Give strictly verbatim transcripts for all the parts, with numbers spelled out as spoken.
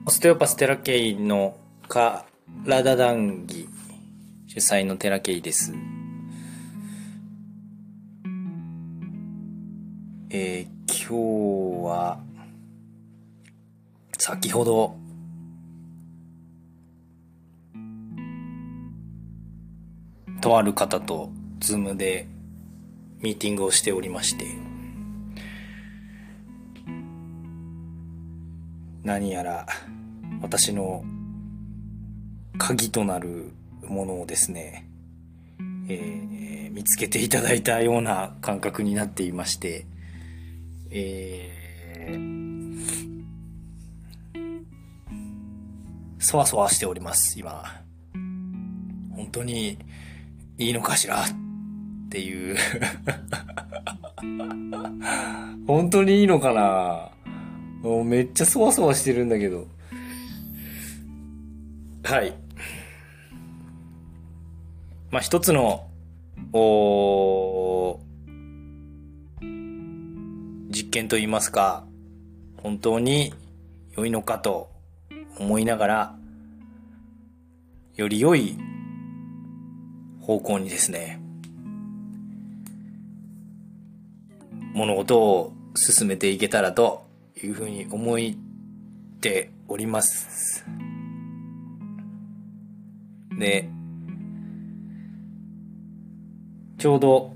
オステオパステラケイの体談義主催のテラケイです。えー、今日は先ほどとある方とズームでミーティングをしておりまして、何やら私の鍵となるものをですね、えー、見つけていただいたような感覚になっていまして、えー、そわそわしております今。本当にいいのかしらっていう本当にいいのかな。もうめっちゃそわそわしてるんだけど。はい。まあ一つのお実験といいますか、本当に良いのかと思いながら、より良い方向にですね、物事を進めていけたらというふうに思っております。で、ちょうど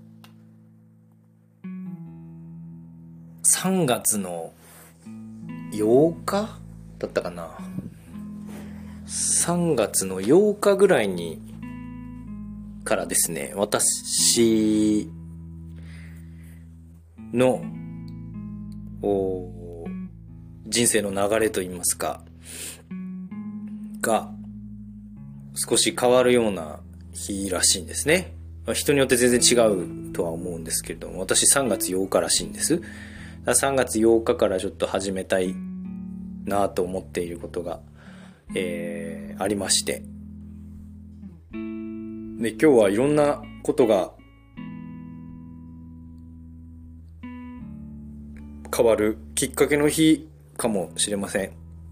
さんがつのようかだったかな。さんがつのようかぐらいにからですね、私の人生の流れといいますかが少し変わるような日らしいんですね。人によって全然違うとは思うんですけれども、私さんがつようからしいんです。さんがつようかからちょっと始めたいなと思っていることが、えー、ありまして、で今日はいろんなことが変わるきっかけの日かもしれません。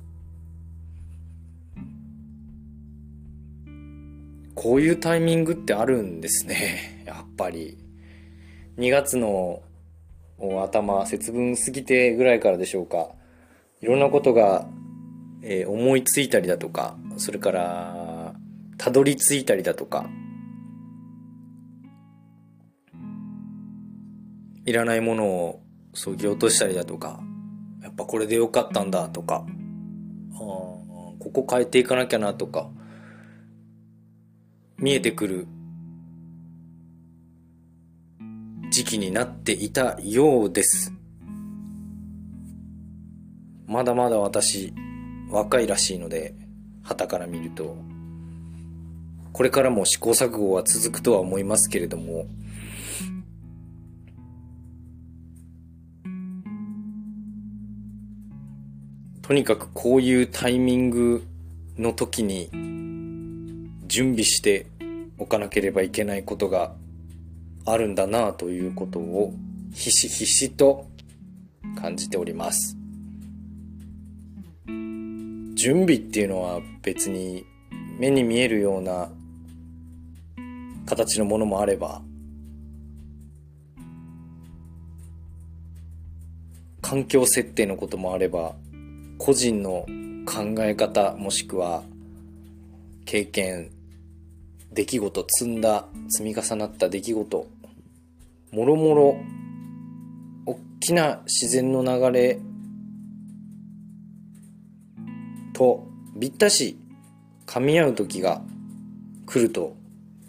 こういうタイミングってあるんですね。やっぱりにがつの頭、節分過ぎてぐらいからでしょうか、いろんなことが、えー、思いついたりだとか、それからたどり着いたりだとか、いらないものをそぎ落としたりだとか、やっぱこれでよかったんだとか、あここ変えていかなきゃなとか見えてくる時期になっていたようです。まだまだ私若いらしいので、傍から見るとこれからも試行錯誤は続くとは思いますけれども、とにかくこういうタイミングの時に準備しておかなければいけないことがあるんだなということをひしひしと感じております。準備っていうのは別に目に見えるような形のものもあれば、環境設定のこともあれば、個人の考え方もしくは経験、出来事、積んだ積み重なった出来事、もろもろ大きな自然の流れとぴったし噛み合う時が来ると、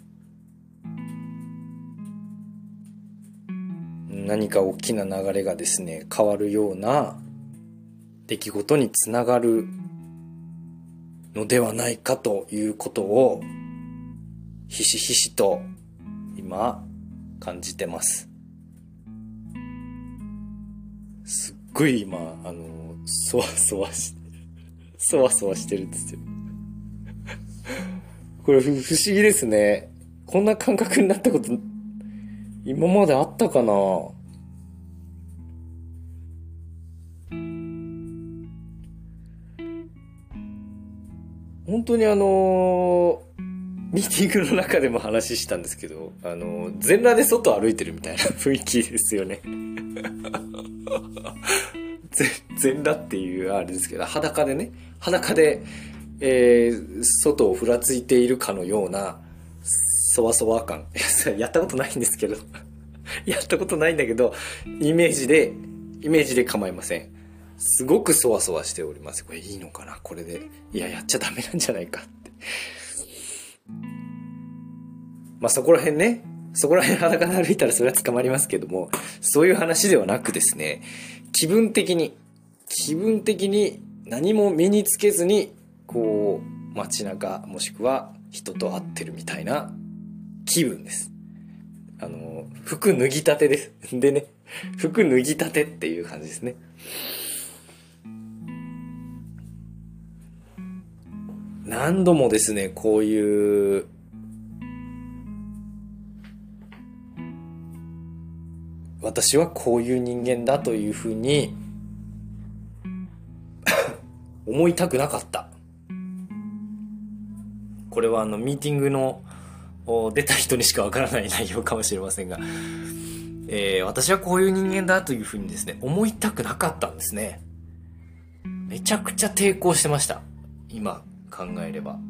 何か大きな流れがですね変わるような出来事につながるのではないかということをひしひしと今感じてます。すっごい今あのそわそわしそわそわしてるんですよこれ不思議ですね。こんな感覚になったこと今まであったかな。 本当にあのミーティングの中でも話したんですけど、あの全裸で外歩いてるみたいな雰囲気ですよね。全裸っていうあれですけど、裸でね、裸で、えー、外をふらついているかのようなそわそわ感。やったことないんですけどやったことないんだけど、イメージでイメージで構いません。すごくそわそわしております。これいいのかな、これで。いや、やっちゃダメなんじゃないかって。まあそこら辺ね、そこら辺裸で歩いたらそれは捕まりますけども、そういう話ではなくですね、気分的に気分的に何も身につけずにこう街中もしくは人と会ってるみたいな気分です。あの服脱ぎたてですでね、服脱ぎたてっていう感じですね。何度もですね、こういう私はこういう人間だというふうに思いたくなかった。これはあのミーティングの出た人にしかわからない内容かもしれませんが、えー、私はこういう人間だというふうにですね、思いたくなかったんですね。めちゃくちゃ抵抗してました、今考えれば。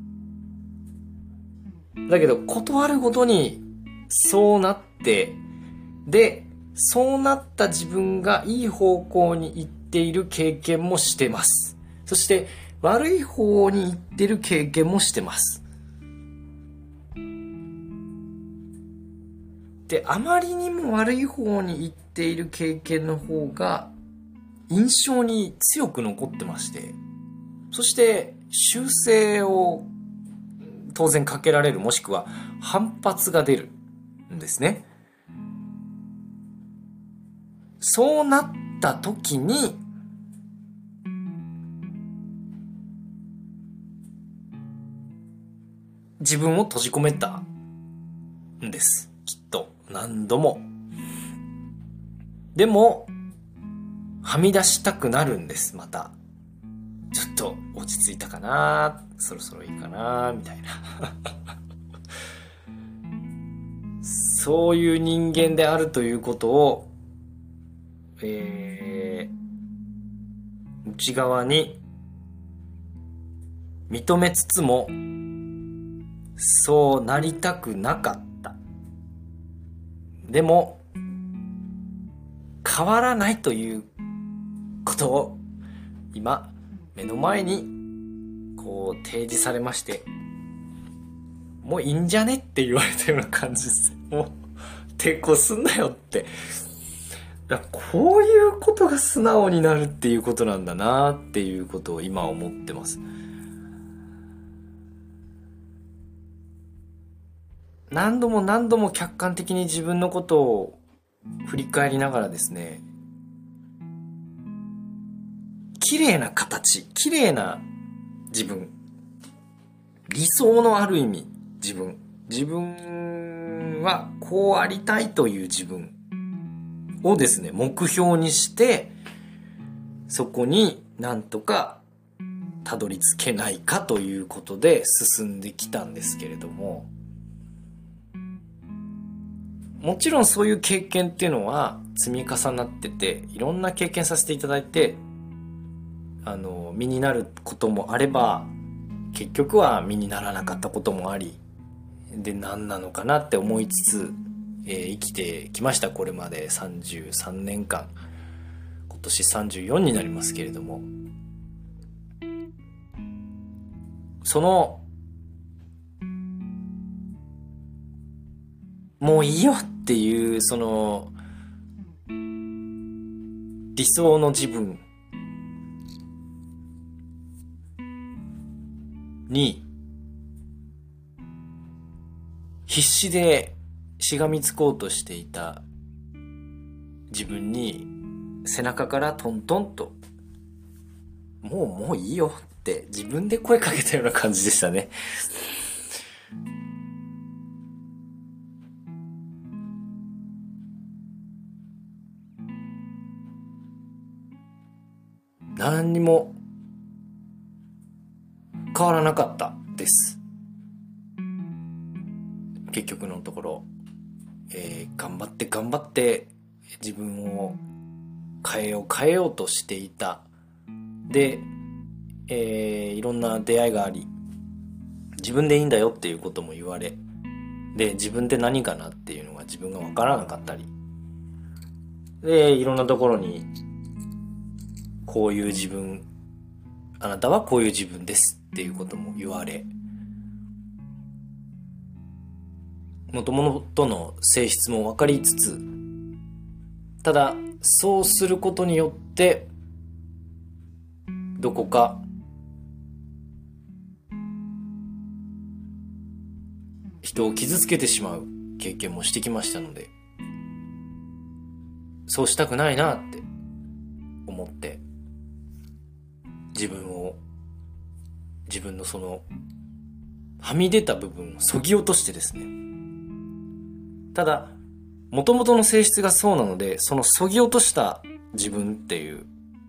だけど断るごとにそうなって、でそうなった自分がいい方向に行っている経験もしてます。そして悪い方に行ってる経験もしてます。で、あまりにも悪い方に行っている経験の方が印象に強く残ってまして、そして修正を当然かけられる、もしくは反発が出るんですね。そうなった時に自分を閉じ込めたんです、きっと。何度も。でもはみ出したくなるんです。またちょっと落ち着いたかな、そろそろいいかなみたいなそういう人間であるということを、えー、内側に認めつつもそうなりたくなかった。でも変わらないということを今目の前にこう提示されまして、もういいんじゃねって言われたような感じです。もう抵抗すんなよって。だからこういうことが素直になるっていうことなんだなっていうことを今思ってます。何度も何度も客観的に自分のことを振り返りながらですね、綺麗な形、綺麗な自分、理想のある意味自分、自分はこうありたいという自分をですね、目標にしてそこになんとかたどり着けないかということで進んできたんですけれども、もちろんそういう経験っていうのは積み重なってて、いろんな経験させていただいて、あの身になることもあれば結局は身にならなかったこともあり、で何なのかなって思いつつ、えー、生きてきました。これまでさんじゅうさんねんかん、今年さんじゅうよんになりますけれども、そのもういいよっていうその理想の自分に必死でしがみつこうとしていた自分に背中からトントンともうもういいよって自分で声かけたような感じでしたね。何にも変わらなかったです。結局のところ、えー、頑張って頑張って自分を変えよう変えようとしていた。で、えー、いろんな出会いがあり、自分でいいんだよっていうことも言われ、で自分って何かなっていうのが自分が分からなかったり、でいろんなところにこういう自分、あなたはこういう自分ですっていうことも言われ、もともとの性質も分かりつつ、ただそうすることによってどこか人を傷つけてしまう経験もしてきましたので、そうしたくないなって思って、自分を自分のそのはみ出た部分を削ぎ落としてですね、ただ元々の性質がそうなので、その削ぎ落とした自分っていう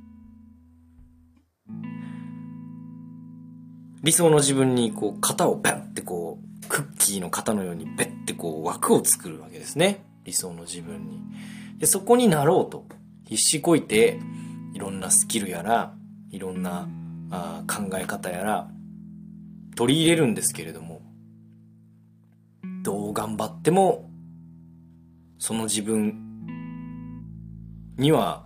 理想の自分にこう型をバンってこうクッキーの型のようにベッてこう枠を作るわけですね、理想の自分に。でそこになろうと必死こいて、いろんなスキルやらいろんなあ考え方やら取り入れるんですけれども、どう頑張ってもその自分には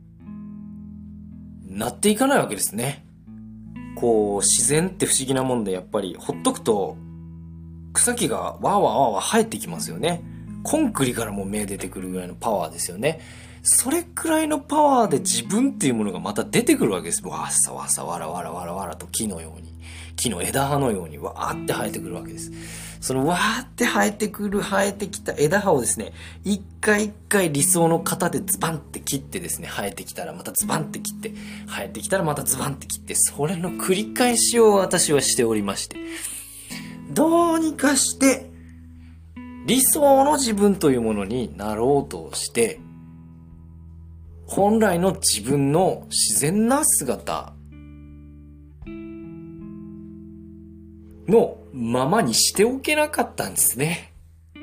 なっていかないわけですね。こう自然って不思議なもんで、やっぱりほっとくと草木がわーわーわーわー生えてきますよね。コンクリからも芽出てくるぐらいのパワーですよね。それくらいのパワーで自分っていうものがまた出てくるわけです。わっさわっさわらわらわらわらと木のように、木の枝葉のようにわーって生えてくるわけです。そのわーって生えてくる生えてきた枝葉をですね、一回一回理想の型でズバンって切ってですね、生えてきたらまたズバンって切って、生えてきたらまたズバンって切って、それの繰り返しを私はしておりまして、どうにかして理想の自分というものになろうとして、本来の自分の自然な姿のままにしておけなかったんですね。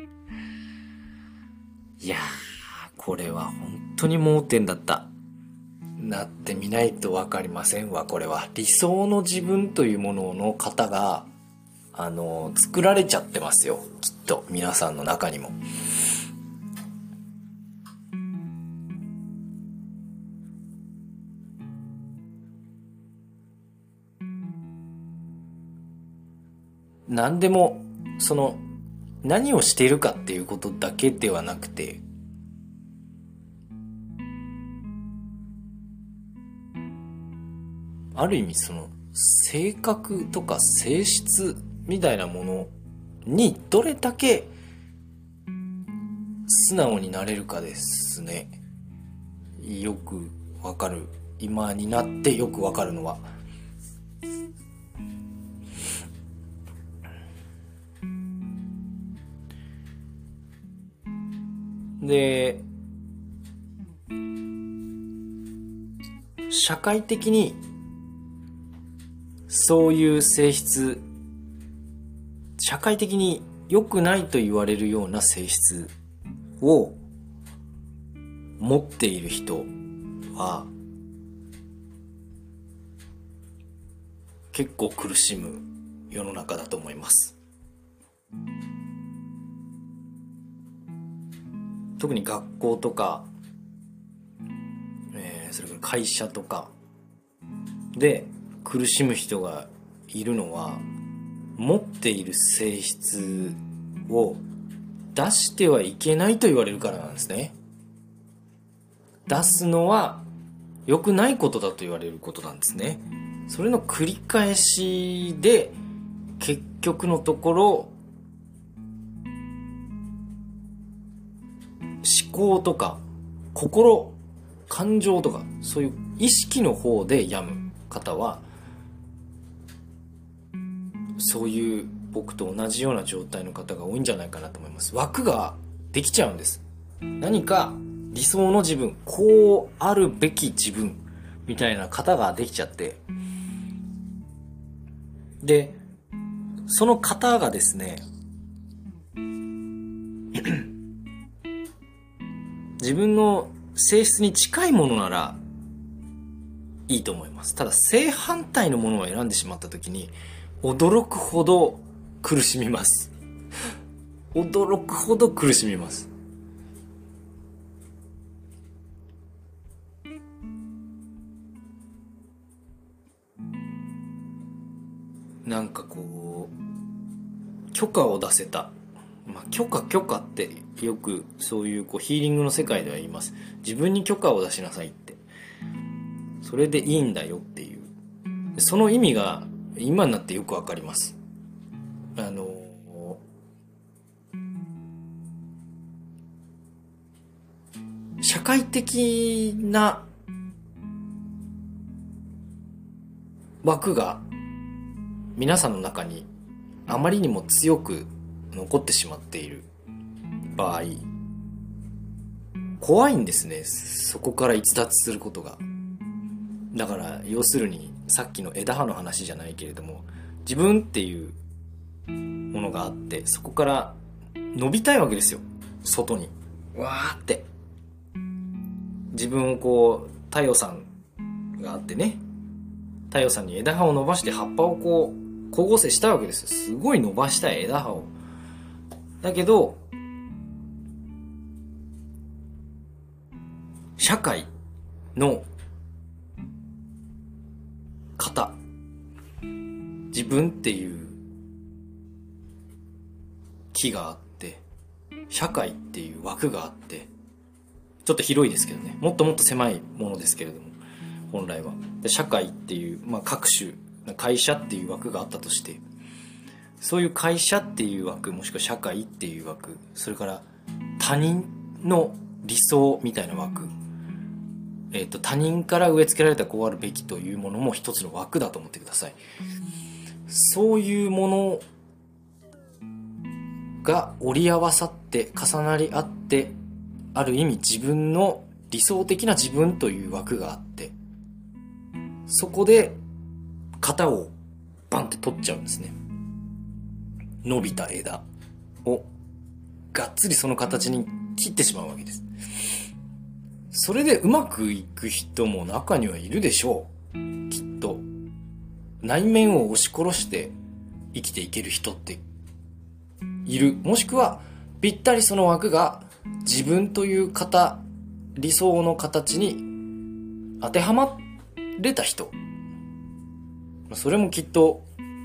いやー、これは本当に盲点だった。なってみないとわかりませんわ。これは理想の自分というものの型があの作られちゃってますよ、きっと皆さんの中にも。何でもその何をしているかっていうことだけではなくて、ある意味その性格とか性質みたいなものにどれだけ素直になれるかですね。よくわかる、今になってよくわかるのは、で社会的にそういう性質、社会的に良くないと言われるような性質を持っている人は結構苦しむ世の中だと思います。特に学校とか、えー、それから会社とかで苦しむ人がいるのは、持っている性質を出してはいけないと言われるからなんですね。出すのは良くないことだと言われることなんですね。それの繰り返しで、結局のところ思考とか心、感情とかそういう意識の方で病む方は、そういう僕と同じような状態の方が多いんじゃないかなと思います。枠ができちゃうんです。何か理想の自分、こうあるべき自分みたいな方ができちゃって、 で、その型がですね、自分の性質に近いものならいいと思います。ただ正反対のものを選んでしまった時に驚くほど苦しみます。驚くほど苦しみます。なんかこう許可を出せた、まあ、許可許可ってよくそういうこうヒーリングの世界では言います。自分に許可を出しなさいって、それでいいんだよっていう、その意味が今になってよくわかります。あの社会的な枠が皆さんの中にあまりにも強く残ってしまっている場合、怖いんですね、そこから逸脱することが。だから要するにさっきの枝葉の話じゃないけれども、自分っていうものがあって、そこから伸びたいわけですよ、外にわーって。自分をこう太陽さんがあってね、太陽さんに枝葉を伸ばして葉っぱをこう光合成したわけですよ。すごい伸ばしたい枝葉を。だけど社会の型、自分っていう木があって、社会っていう枠があって、ちょっと広いですけどね、もっともっと狭いものですけれども、本来はで社会っていう、まあ、各種会社っていう枠があったとして、そういう会社っていう枠、もしくは社会っていう枠、それから他人の理想みたいな枠、えーと、他人から植え付けられたこうあるべきというものも一つの枠だと思ってください。そういうものが折り合わさって重なり合って、ある意味自分の理想的な自分という枠があって、そこで型をバンって取っちゃうんですね。伸びた枝をがっつりその形に切ってしまうわけです。それでうまくいく人も中にはいるでしょう、きっと。内面を押し殺して生きていける人っている。もしくはぴったりその枠が自分という型、理想の形に当てはまれた人、それもきっと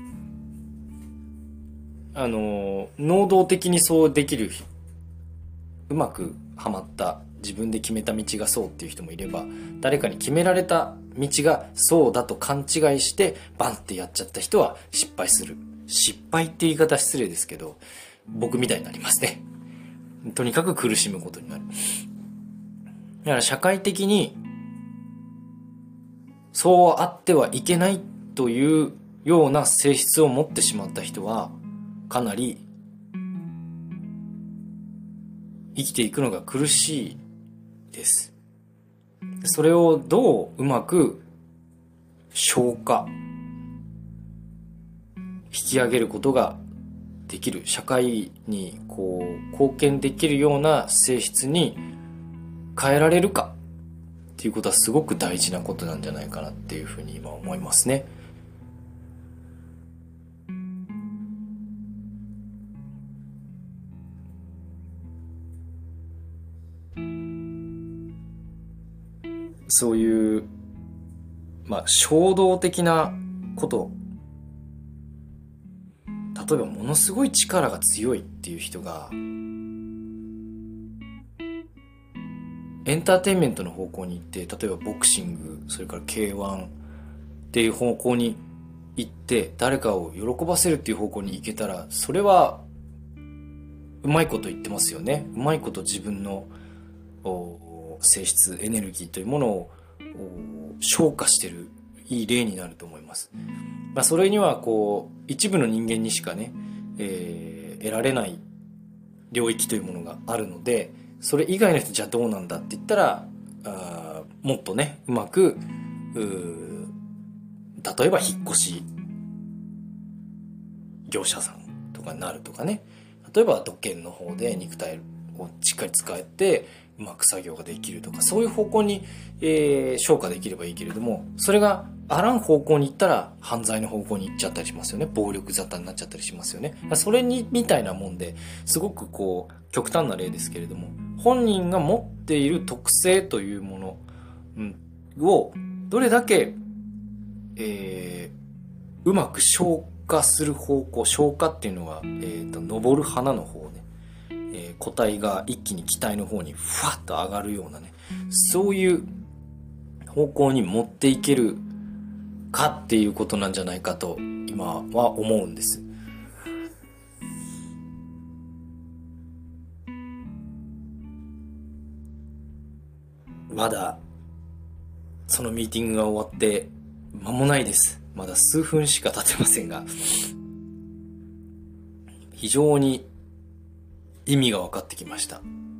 あの能動的にそうできる、うまくはまった自分で決めた道がそうっていう人もいれば、誰かに決められた道がそうだと勘違いしてバンってやっちゃった人は失敗する。失敗って言い方失礼ですけど、僕みたいになりますね。とにかく苦しむことになる。だから社会的にそうあってはいけないというような性質を持ってしまった人はかなり生きていくのが苦しいです。それをどううまく消化、引き上げることができる、社会にこう貢献できるような性質に変えられるかっていうことはすごく大事なことなんじゃないかなっていうふうに今思いますね。そういうまあ衝動的なこと、例えばものすごい力が強いっていう人がエンターテインメントの方向に行って、例えばボクシング、それから ケーワン っていう方向に行って誰かを喜ばせるっていう方向に行けたら、それはうまいこと言ってますよね。うまいこと自分の性質、エネルギーというものを消化してるいい例になると思います。まあ、それにはこう一部の人間にしかね、えー、得られない領域というものがあるので、それ以外の人じゃどうなんだって言ったら、あもっとねうまく、例えば引っ越し業者さんとかになるとかね。例えば土建の方で肉体をしっかり使えてうまく作業ができるとか、そういう方向に、えー、昇華できればいいけれども、それがあらん方向に行ったら犯罪の方向に行っちゃったりしますよね。暴力沙汰になっちゃったりしますよね。それにみたいなもんで、すごくこう極端な例ですけれども、本人が持っている特性というもの、うん、をどれだけ、えー、うまく消化する方向、消化っていうのは、えーと、登る花の方ね、えー、個体が一気に機体の方にふわっと上がるようなね、そういう方向に持っていけるかっていうことなんじゃないかと今は思うんです。まだそのミーティングが終わって間もないです。まだ数分しか経ってませんが、非常に意味が分かってきました。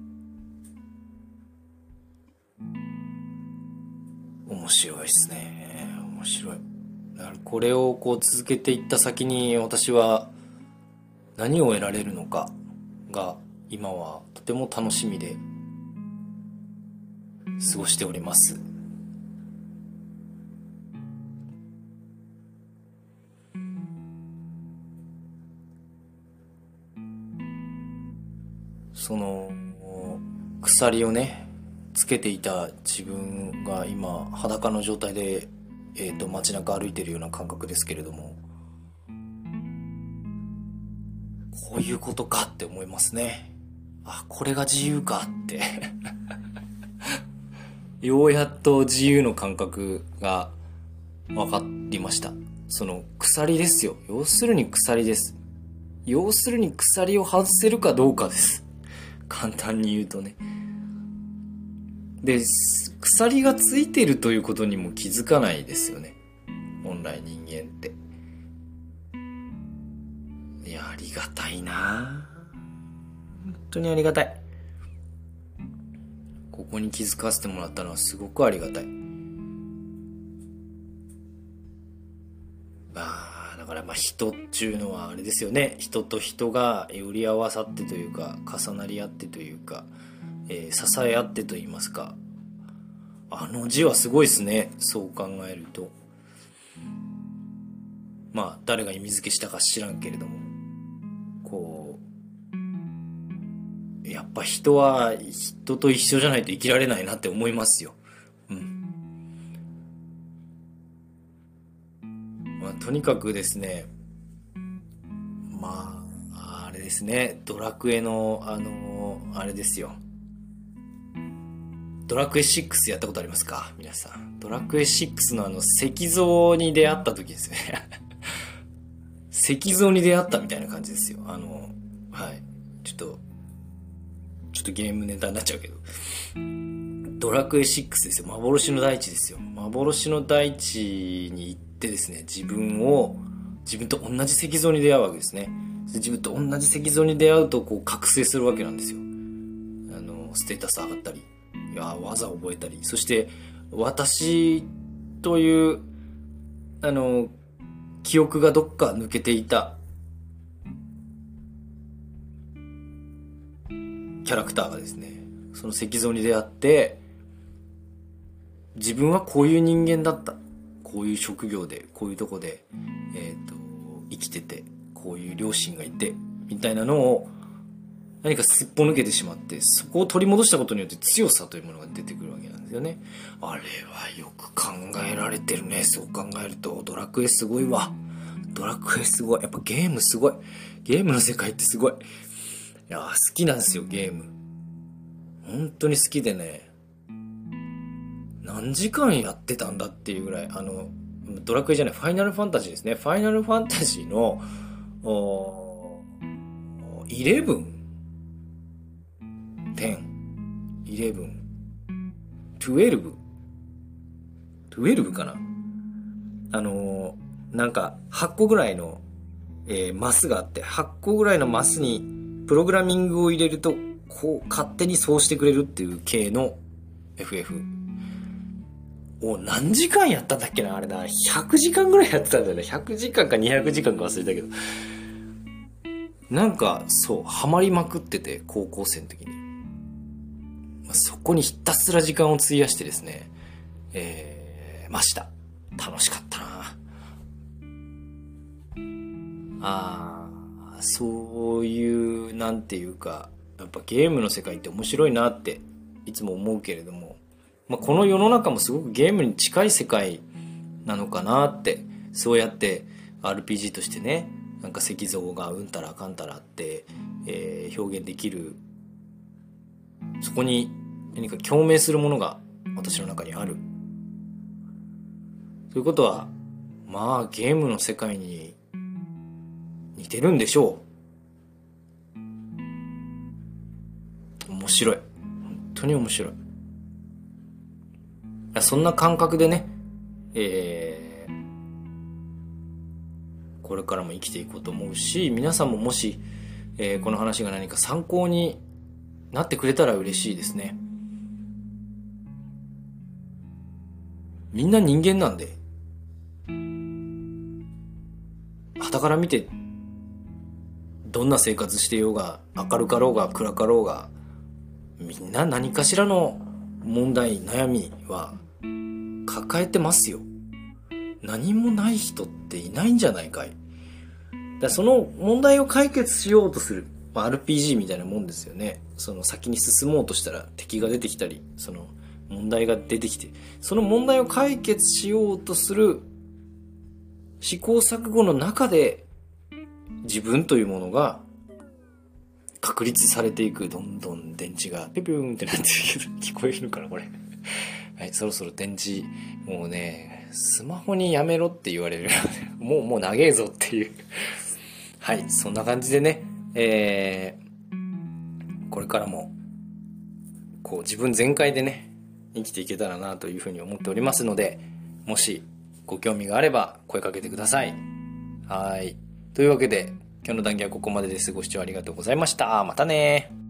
面白いですね。面白い。だからこれをこう続けていった先に私は何を得られるのかが今はとても楽しみで過ごしております。その鎖をねつけていた自分が今裸の状態で、えーと、街中歩いてるような感覚ですけれども、こういうことかって思いますね。あ、これが自由かってようやっと自由の感覚が分かりました。その鎖ですよ。要するに鎖です。要するに鎖を外せるかどうかです。簡単に言うとね。で、鎖がついているということにも気づかないですよね。本来人間って。いや、ありがたいな。本当にありがたい。ここに気づかせてもらったのはすごくありがたい。まあ、だからまあ人っていうのはあれですよね。人と人がより合わさってというか、重なり合ってというか、えー、支え合ってと言いますか。あの字はすごいですね。そう考えると。まあ、誰が意味付けしたか知らんけれども。こう、やっぱ人は人と一緒じゃないと生きられないなって思いますよ。うん。まあ、とにかくですね、まあ、あれですね、ドラクエの、あの、あれですよ。ドラクエシックスやったことありますか皆さん。ドラクエシックスのあの石像に出会った時ですね石像に出会ったみたいな感じですよ。あの、はい。ちょっと、ちょっとゲームネタになっちゃうけど。ドラクエシックスですよ。幻の大地ですよ。幻の大地に行ってですね、自分を、自分と同じ石像に出会うわけですね。自分と同じ石像に出会うと、こう、覚醒するわけなんですよ。あの、ステータス上がったり。いや技を覚えたり、そして私というあの記憶がどっか抜けていたキャラクターがですね、その石像に出会って、自分はこういう人間だった、こういう職業でこういうとこで、えーと、生きてて、こういう両親がいてみたいなのを何かすっぽ抜けてしまって、そこを取り戻したことによって強さというものが出てくるわけなんですよね。あれはよく考えられてるね。そう考えるとドラクエすごいわ。ドラクエすごい。やっぱゲームすごい。ゲームの世界ってすごい。いや好きなんですよゲーム。本当に好きでね、何時間やってたんだっていうぐらい、あのドラクエじゃない、ファイナルファンタジーですね。ファイナルファンタジーのじゅういちじゅう、じゅういち、じゅうに、じゅうにかな。あのー、なんかはっこぐらいの、えー、マスがあって、はっこぐらいのマスにプログラミングを入れるとこう勝手にそうしてくれるっていう系の エフエフ を何時間やったんだっけな、あれな、ひゃくじかんぐらいやってたんだよね。ひゃくじかんかにひゃくじかんか忘れたけど、 なんかそうハマりまくってて、高校生の時にそこにひたすら時間を費やしてですね、えー、ました。楽しかったなあ。あそういうなんていうか、やっぱゲームの世界って面白いなっていつも思うけれども、まあ、この世の中もすごくゲームに近い世界なのかなって、そうやって アールピージー としてね、なんか石像がうんたらかんたらって、えー、表現できる、そこに何か共鳴するものが私の中にあるということは、まあゲームの世界に似てるんでしょう。面白い、本当に面白い。そんな感覚でね、えー、これからも生きていこうと思うし、皆さんももし、えー、この話が何か参考になってくれたら嬉しいですね。みんな人間なんで、傍から見てどんな生活してようが、明るかろうが暗かろうが、みんな何かしらの問題悩みは抱えてますよ。何もない人っていないんじゃないかい。だからその問題を解決しようとする、まあ、アールピージー みたいなもんですよね。その先に進もうとしたら敵が出てきたり、その問題が出てきて、その問題を解決しようとする試行錯誤の中で自分というものが確立されていく。どんどん電池がピュピューンってなってるけど聞こえるかなこれはい、そろそろ電池もうね、スマホにやめろって言われるもうもう長えぞっていうはい、そんな感じでね、えー、これからもこう自分全開でね生きていけたらなというふうに思っておりますので、もしご興味があれば声かけてください。はい、というわけで今日の談義はここまでです。ご視聴ありがとうございました。またね。